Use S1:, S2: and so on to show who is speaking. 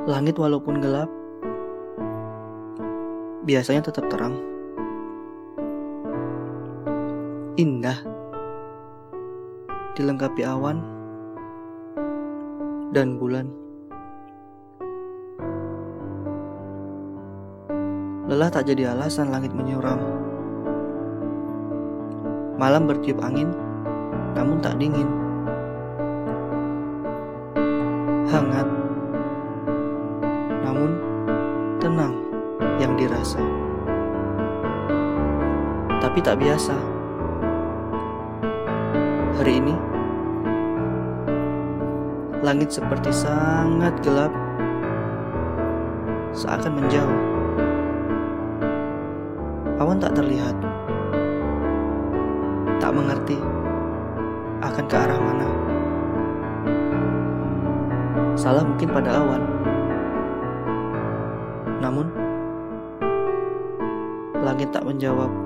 S1: Langit walaupun gelap, biasanya tetap terang. Indah, dilengkapi awan dan bulan. Lelah tak jadi alasan langit menyuram. Malam bertiup angin, namun tak dingin. Hangat, namun tenang yang dirasa. Tapi tak biasa. Hari ini, langit seperti sangat gelap, seakan menjauh. Awan tak terlihat, tak mengerti akan ke arah mana. Salah mungkin pada awan, namun langit tak menjawab.